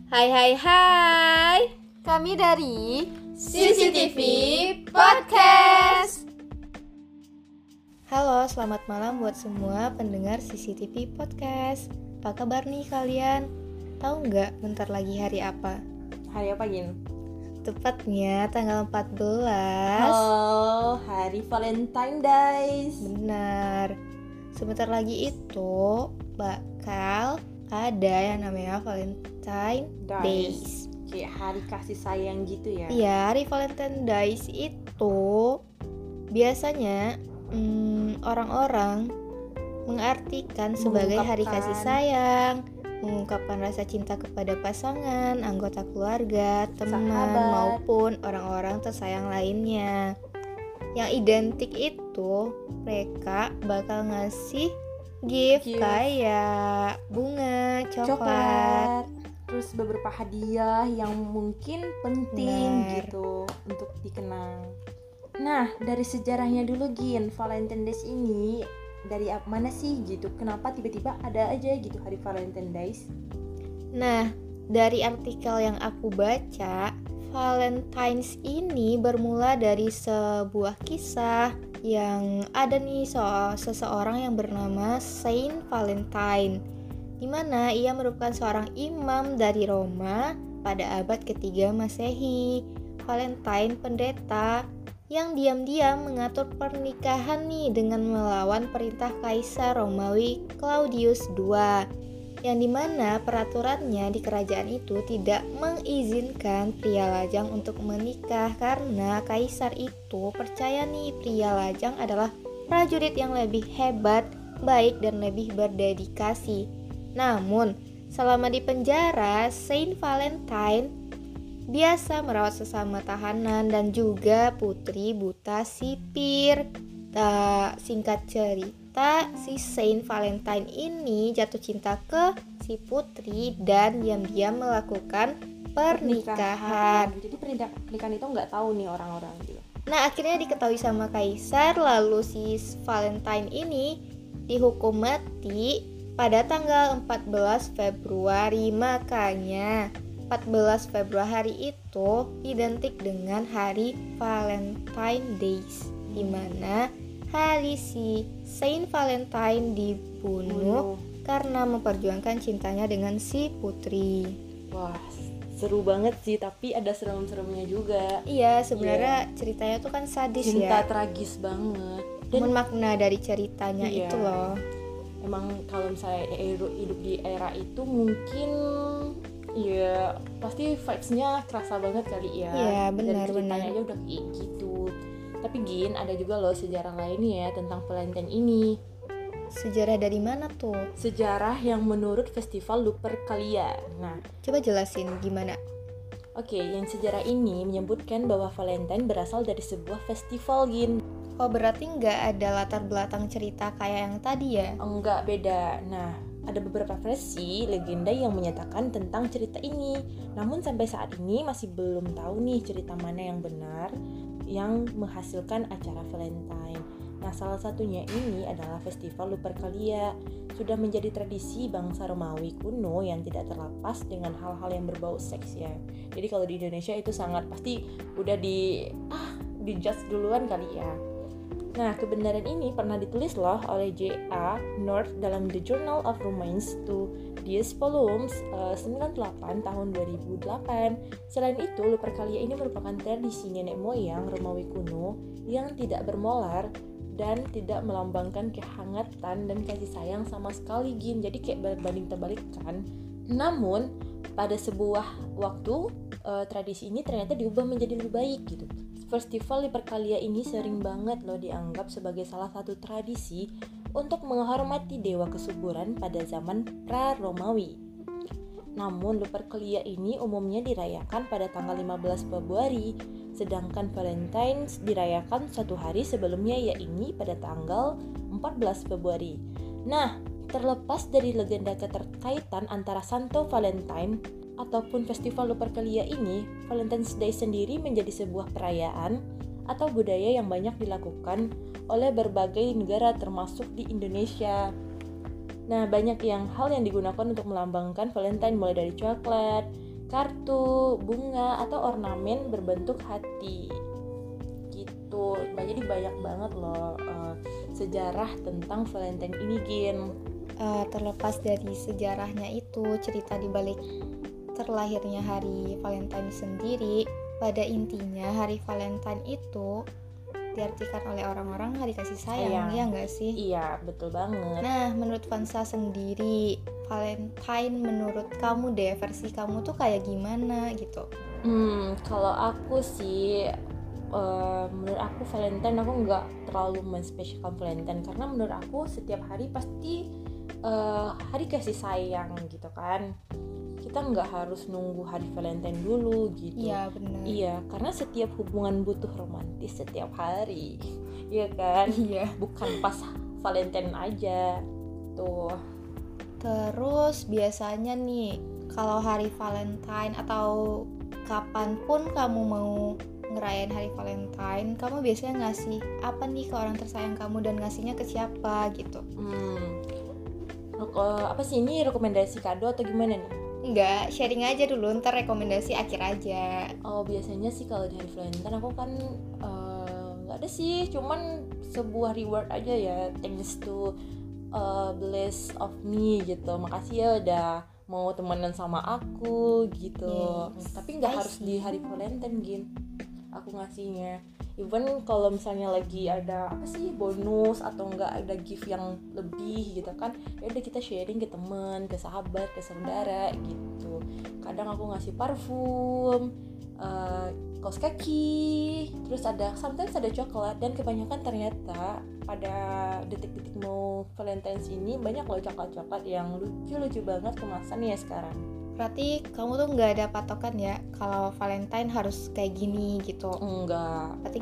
Hai hai hai. Kami dari CCTV Podcast. Halo, selamat malam buat semua pendengar CCTV Podcast. Apa kabar nih kalian? Tahu nggak bentar lagi hari apa? Hari apa, Gin? Tepatnya tanggal 14. Oh, hari Valentine Days. Benar. Sebentar lagi itu bakal ada yang namanya Valentine Days. Kayak hari kasih sayang gitu ya. Iya, hari Valentine Days itu biasanya orang-orang mengartikan sebagai hari kasih sayang, mengungkapkan rasa cinta kepada pasangan, anggota keluarga, teman, sahabat, maupun orang-orang tersayang lainnya. Yang identik itu mereka bakal ngasih gift kayak bunga, coklat, terus beberapa hadiah yang mungkin penting Benar. gitu untuk dikenang. Nah, dari sejarahnya dulu, Gin, Valentine Days ini dari mana sih gitu? Kenapa tiba-tiba ada aja gitu hari Valentine Days? Nah, dari artikel yang aku baca, Valentine's ini bermula dari sebuah kisah yang ada nih soal seseorang yang bernama Saint Valentine, di mana ia merupakan seorang imam dari Roma pada abad ketiga Masehi. Valentine pendeta yang diam-diam mengatur pernikahan nih dengan melawan perintah Kaisar Romawi Claudius II, yang dimana peraturannya di kerajaan itu tidak mengizinkan pria lajang untuk menikah karena kaisar itu percaya nih pria lajang adalah prajurit yang lebih hebat, baik dan lebih berdedikasi. Namun, selama di penjara, Saint Valentine biasa merawat sesama tahanan dan juga putri buta sipir. Singkat cerita, si Saint Valentine ini jatuh cinta ke si putri dan diam-diam melakukan pernikahan. Jadi pernikahan itu nggak tahu nih orang-orang gitu. Nah, akhirnya diketahui sama kaisar, lalu si Valentine ini dihukum mati pada tanggal 14 Februari. Makanya 14 Februari itu identik dengan hari Valentine Days, di mana hari si Saint Valentine dibunuh karena memperjuangkan cintanya dengan si putri. Wah, seru banget sih, tapi ada serem-seremnya juga. Iya, sebenarnya ceritanya tuh kan sadis Cinta ya. tragis banget. Dan makna dari ceritanya itu loh. Emang kalau misalnya hidup di era itu mungkin ya pasti vibes-nya kerasa banget kali ya. Iya, benar. Ceritanya aja udah kayak gitu. Tapi Gin, ada juga loh sejarah lainnya tentang Valentine ini. Sejarah dari mana tuh? Sejarah yang menurut festival Lupercalia. Nah, coba jelasin gimana? Oke, yang sejarah ini menyebutkan bahwa Valentine berasal dari sebuah festival, Gin. Oh, berarti nggak ada latar belakang cerita kayak yang tadi ya? Enggak, beda. Nah, ada beberapa versi legenda yang menyatakan tentang cerita ini. Namun sampai saat ini masih belum tahu nih cerita mana yang benar yang menghasilkan acara Valentine. Nah, salah satunya ini adalah festival Lupercalia. Sudah menjadi tradisi bangsa Romawi kuno yang tidak terlepas dengan hal-hal yang berbau seks ya. Jadi kalau di Indonesia itu sangat pasti udah dijudge duluan kali ya. Nah, kebenaran ini pernah ditulis loh oleh J.A. North dalam The Journal of Romance to Dies Volumes 98 tahun 2008. Selain itu, Lupercalia ini merupakan tradisi nenek moyang Romawi kuno yang tidak bermolar dan tidak melambangkan kehangatan dan kasih sayang sama sekali, Gin. Jadi kayak berbanding terbalikan. Namun, pada sebuah waktu tradisi ini ternyata diubah menjadi lebih baik gitu. Festival Lupercalia ini sering banget loh dianggap sebagai salah satu tradisi untuk menghormati dewa kesuburan pada zaman pra-Romawi. Namun Lupercalia ini umumnya dirayakan pada tanggal 15 Februari, sedangkan Valentine's dirayakan satu hari sebelumnya, yaitu pada tanggal 14 Februari. Nah, terlepas dari legenda keterkaitan antara Santo Valentine ataupun festival Lupercalia ini, Valentine's Day sendiri menjadi sebuah perayaan atau budaya yang banyak dilakukan oleh berbagai negara termasuk di Indonesia. Nah, banyak hal yang digunakan untuk melambangkan Valentine, mulai dari coklat, kartu, bunga, atau ornamen berbentuk hati gitu. Jadi banyak banget loh sejarah tentang Valentine ini, Gin. Terlepas dari sejarahnya itu, cerita di balik terlahirnya hari Valentine sendiri, pada intinya hari Valentine itu diartikan oleh orang-orang hari kasih sayang, ya nggak sih? Iya, betul banget. Nah, menurut Vansa sendiri, Valentine menurut kamu deh, versi kamu tuh kayak gimana gitu? Kalau aku sih, menurut aku Valentine, aku nggak terlalu menspesialkan Valentine, karena menurut aku setiap hari pasti hari kasih sayang gitu kan. Kita nggak harus nunggu hari Valentine dulu gitu. Iya, benar. Iya, karena setiap hubungan butuh romantis setiap hari. Iya kan? Iya. Bukan pas Valentine aja tuh. Terus biasanya nih, kalau hari Valentine atau kapanpun kamu mau ngerayain hari Valentine, kamu biasanya ngasih apa nih ke orang tersayang kamu, dan ngasihnya ke siapa gitu? Apa sih ini, rekomendasi kado atau gimana nih? Enggak, sharing aja dulu, ntar rekomendasi akhir aja. Biasanya sih kalau di hari Valentine aku kan nggak ada sih, cuman sebuah reward aja ya, thanks to bless of me gitu, makasih ya udah mau temenan sama aku gitu. Yes, tapi nggak harus di hari Valentine, Gin, aku ngasihnya. Even kalau misalnya lagi ada apa sih, bonus atau enggak ada gift yang lebih gitu kan, ya udah kita sharing ke teman, ke sahabat, ke saudara gitu. Kadang aku ngasih parfum, kaos kaki, terus sometimes ada coklat, dan kebanyakan ternyata pada detik-detik mau Valentine's ini banyak loh coklat-coklat yang lucu-lucu banget kemasan ya sekarang. Berarti kamu tuh nggak ada patokan ya kalau Valentine harus kayak gini gitu? Enggak. Berarti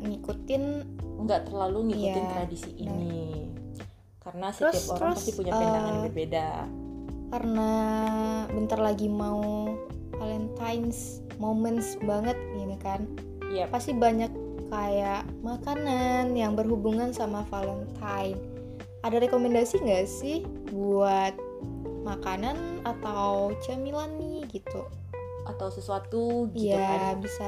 nggak terlalu ngikutin tradisi ini. Karena setiap orang pasti punya pandangan yang berbeda. Karena bentar lagi mau Valentine's moments banget gini kan. Yep. Pasti banyak kayak makanan yang berhubungan sama Valentine. Ada rekomendasi nggak sih buat makanan atau cemilan nih gitu, atau sesuatu gitu ya, kan bisa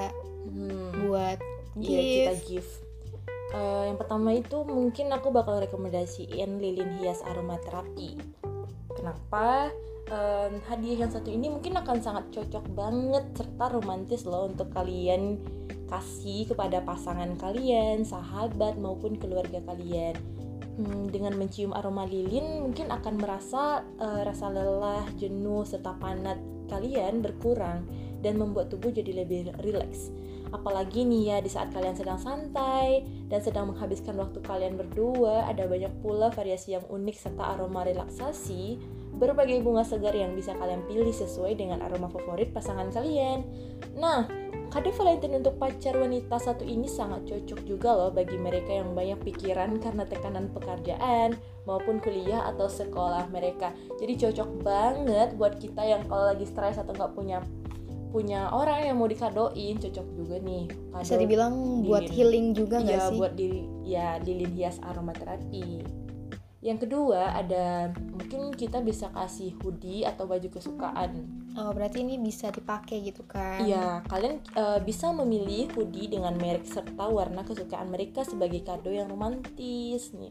buat gift. Iya, kita gift. Yang pertama itu mungkin aku bakal rekomendasiin lilin hias aromaterapi. Kenapa? Hadiah yang satu ini mungkin akan sangat cocok banget serta romantis loh untuk kalian kasih kepada pasangan kalian, sahabat maupun keluarga kalian. Dengan mencium aroma lilin mungkin akan merasa rasa lelah, jenuh, serta penat kalian berkurang dan membuat tubuh jadi lebih rileks. Apalagi nih ya, di saat kalian sedang santai dan sedang menghabiskan waktu kalian berdua, ada banyak pula variasi yang unik serta aroma relaksasi, berbagai bunga segar yang bisa kalian pilih sesuai dengan aroma favorit pasangan kalian. Nah, kado Valentine untuk pacar wanita satu ini sangat cocok juga loh bagi mereka yang banyak pikiran karena tekanan pekerjaan maupun kuliah atau sekolah mereka. Jadi cocok banget buat kita yang kalau lagi stres atau nggak punya orang yang mau dikadoin, cocok juga nih. Kado bisa dibilang buat healing juga nggak sih? Iya, buat lilin hias aromaterapi. Yang kedua ada, mungkin kita bisa kasih hoodie atau baju kesukaan. Oh, berarti ini bisa dipakai gitu kan? Iya, kalian bisa memilih hoodie dengan merek serta warna kesukaan mereka sebagai kado yang romantis nih.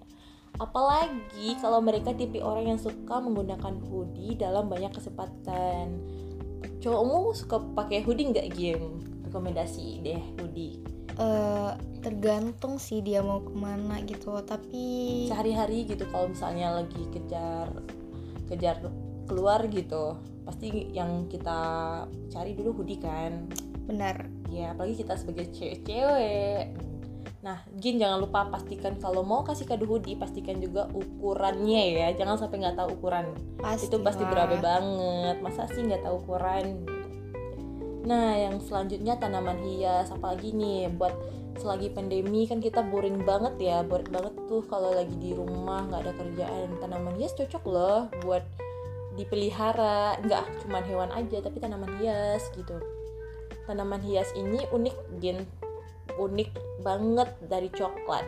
Apalagi kalau mereka tipe orang yang suka menggunakan hoodie dalam banyak kesempatan. Cowokmu suka pakai hoodie nggak, Gim? Rekomendasi deh hoodie. Tergantung sih dia mau kemana gitu, tapi sehari-hari gitu, kalau misalnya lagi kejar keluar gitu, pasti yang kita cari dulu hoodie kan. Benar. Ya, apalagi kita sebagai cewek. Nah, Gin, jangan lupa pastikan kalau mau kasih kado hoodie, pastikan juga ukurannya ya. Jangan sampai nggak tahu ukuran. Itu pasti berabe banget. Masa sih nggak tahu ukuran? Nah, yang selanjutnya tanaman hias. Apalagi nih, buat selagi pandemi kan kita boring banget tuh kalau lagi di rumah nggak ada kerjaan. Tanaman hias cocok loh buat dipelihara. Nggak cuma hewan aja, tapi tanaman hias gitu. Tanaman hias ini unik, Gin. Unik banget dari coklat.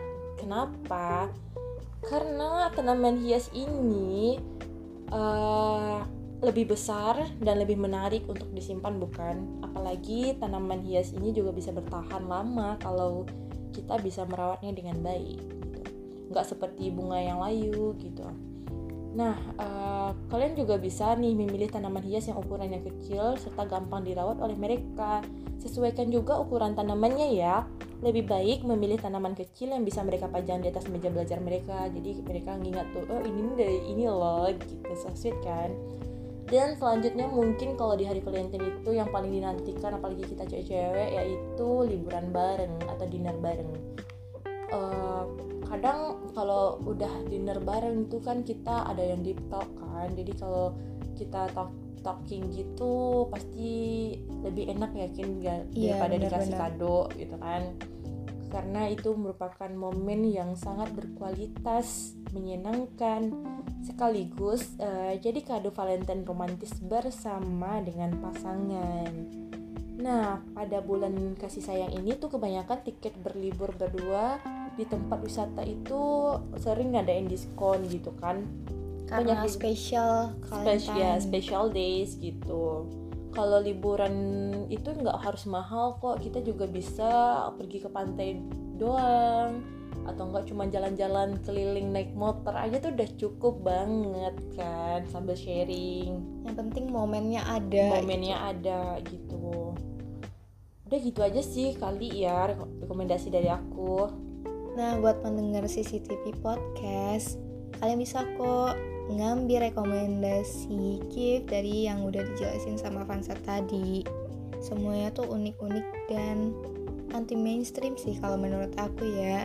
Kenapa? Karena tanaman hias ini lebih besar dan lebih menarik untuk disimpan, bukan? Apalagi tanaman hias ini juga bisa bertahan lama kalau kita bisa merawatnya dengan baik gitu. Nggak seperti bunga yang layu gitu. Nah, kalian juga bisa nih memilih tanaman hias yang ukurannya kecil serta gampang dirawat oleh mereka. Sesuaikan juga ukuran tanamannya ya. Lebih baik memilih tanaman kecil yang bisa mereka pajang di atas meja belajar mereka. Jadi mereka ngingat tuh, oh ini loh gitu, so sweet kan. Dan selanjutnya mungkin kalau di hari Valentine itu yang paling dinantikan, apalagi kita cewek-cewek, yaitu liburan bareng atau dinner bareng. Kadang kalau udah dinner bareng itu kan kita ada yang deep talk kan, jadi kalau kita talking gitu pasti lebih enak yakin daripada dikasih kado gitu kan, karena itu merupakan momen yang sangat berkualitas, menyenangkan sekaligus jadi kado Valentine romantis bersama dengan pasangan. Nah, pada bulan kasih sayang ini tuh kebanyakan tiket berlibur berdua di tempat wisata itu sering ngadain diskon gitu kan. Karena special days gitu. Kalau liburan itu nggak harus mahal kok, kita juga bisa pergi ke pantai doang, atau nggak cuma jalan-jalan keliling naik motor aja tuh udah cukup banget kan, sambil sharing. Yang penting momennya ada gitu. Udah gitu aja sih kali ya rekomendasi dari aku. Nah, buat pendengar CCTV Podcast, kalian bisa kok ngambil rekomendasi gift dari yang udah dijelasin sama Vansa tadi. Semuanya tuh unik-unik dan anti mainstream sih kalau menurut aku ya.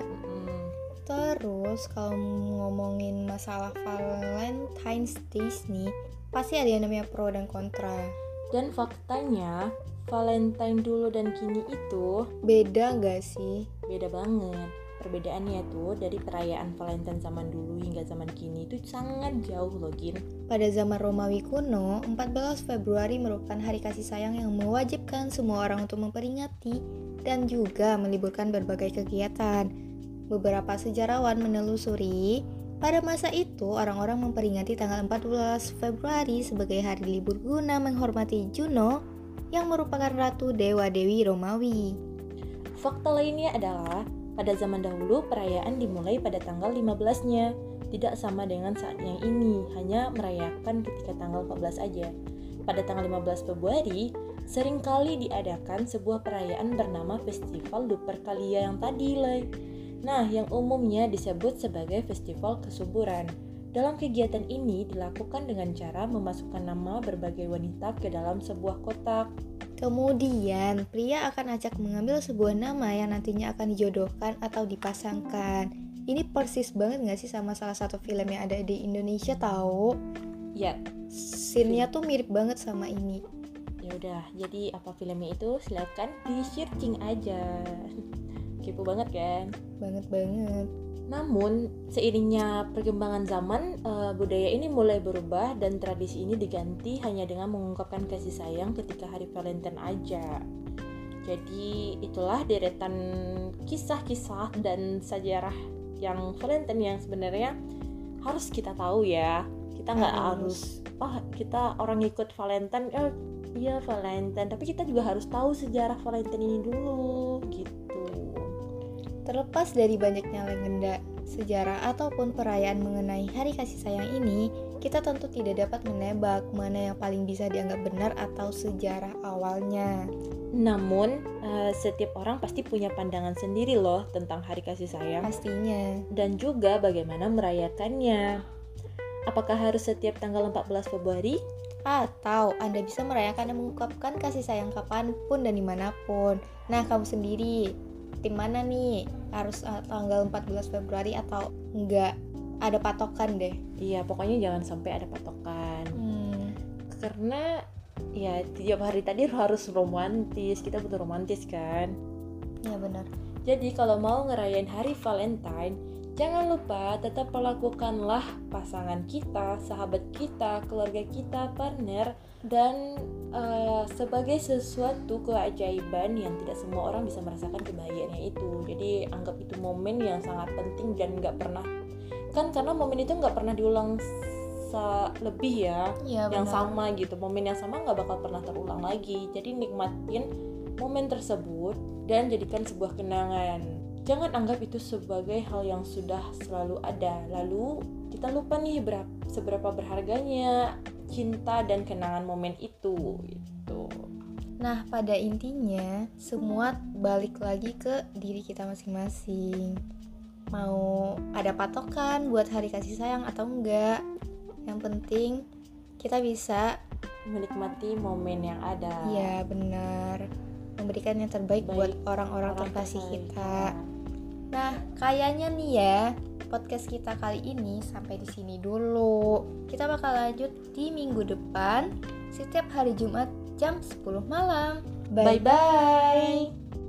Terus kalau ngomongin masalah Valentine's Days nih, pasti ada yang namanya pro dan kontra. Dan faktanya Valentine dulu dan kini itu beda gak sih? Beda banget. Perbedaannya tuh dari perayaan Valentine zaman dulu hingga zaman kini itu sangat jauh loh, Gin. Pada zaman Romawi kuno, 14 Februari merupakan hari kasih sayang yang mewajibkan semua orang untuk memperingati dan juga meliburkan berbagai kegiatan. Beberapa sejarawan menelusuri, pada masa itu orang-orang memperingati tanggal 14 Februari sebagai hari libur guna menghormati Juno yang merupakan ratu dewa-dewi Romawi. Fakta lainnya adalah pada zaman dahulu perayaan dimulai pada tanggal 15-nya, tidak sama dengan saat yang ini, hanya merayakan ketika tanggal 14 aja. Pada tanggal 15 Februari, seringkali diadakan sebuah perayaan bernama Festival Lupercalia yang tadi, Lay. Nah, yang umumnya disebut sebagai Festival Kesuburan. Dalam kegiatan ini dilakukan dengan cara memasukkan nama berbagai wanita ke dalam sebuah kotak. Kemudian, pria akan acak mengambil sebuah nama yang nantinya akan dijodohkan atau dipasangkan. Ini persis banget gak sih sama salah satu film yang ada di Indonesia tahu? Ya, scene-nya tuh mirip banget sama ini. Ya udah, jadi apa filmnya itu? Silakan di-searching aja. Kepo banget kan? Banget. Namun, seiringnya perkembangan zaman, budaya ini mulai berubah dan tradisi ini diganti hanya dengan mengungkapkan kasih sayang ketika hari Valentine aja. Jadi, itulah deretan kisah-kisah dan sejarah yang Valentine yang sebenarnya harus kita tahu ya. Kita nggak harus, kita orang ikut Valentine, iya Valentine, tapi kita juga harus tahu sejarah Valentine ini dulu gitu. Terlepas dari banyaknya legenda, sejarah ataupun perayaan mengenai hari kasih sayang ini, kita tentu tidak dapat menebak mana yang paling bisa dianggap benar atau sejarah awalnya. Namun, setiap orang pasti punya pandangan sendiri loh tentang hari kasih sayang. Pastinya. Dan juga bagaimana merayakannya. Apakah harus setiap tanggal 14 Februari? Atau Anda bisa merayakan dan mengungkapkan kasih sayang kapanpun dan dimanapun. Nah, kamu sendiri, tim mana nih? Harus tanggal 14 Februari atau enggak? Ada patokan deh. Iya, pokoknya jangan sampai ada patokan. Karena ya tiap hari tadi harus romantis. Kita butuh romantis kan? Iya benar. Jadi kalau mau ngerayain hari Valentine, jangan lupa tetap perlakukanlah pasangan kita, sahabat kita, keluarga kita, partner, dan sebagai sesuatu keajaiban yang tidak semua orang bisa merasakan kebahagiaannya itu. Jadi anggap itu momen yang sangat penting dan nggak pernah, kan karena momen itu nggak pernah diulang terasa lebih ya, Iya, yang benar. sama gitu, momen yang sama nggak bakal pernah terulang lagi. Jadi nikmatin momen tersebut dan jadikan sebuah kenangan. Jangan anggap itu sebagai hal yang sudah selalu ada, lalu kita lupa nih seberapa berharganya cinta dan kenangan momen itu gitu. Nah, pada intinya semua balik lagi ke diri kita masing-masing. Mau ada patokan buat hari kasih sayang atau enggak, yang penting kita bisa Menikmati momen yang ada. ya benar memberikan yang terbaik buat orang-orang terkasih kita. Nah, kayaknya nih ya podcast kita kali ini sampai di sini dulu. Kita bakal lanjut di minggu depan setiap hari Jumat jam 10 malam. Bye bye.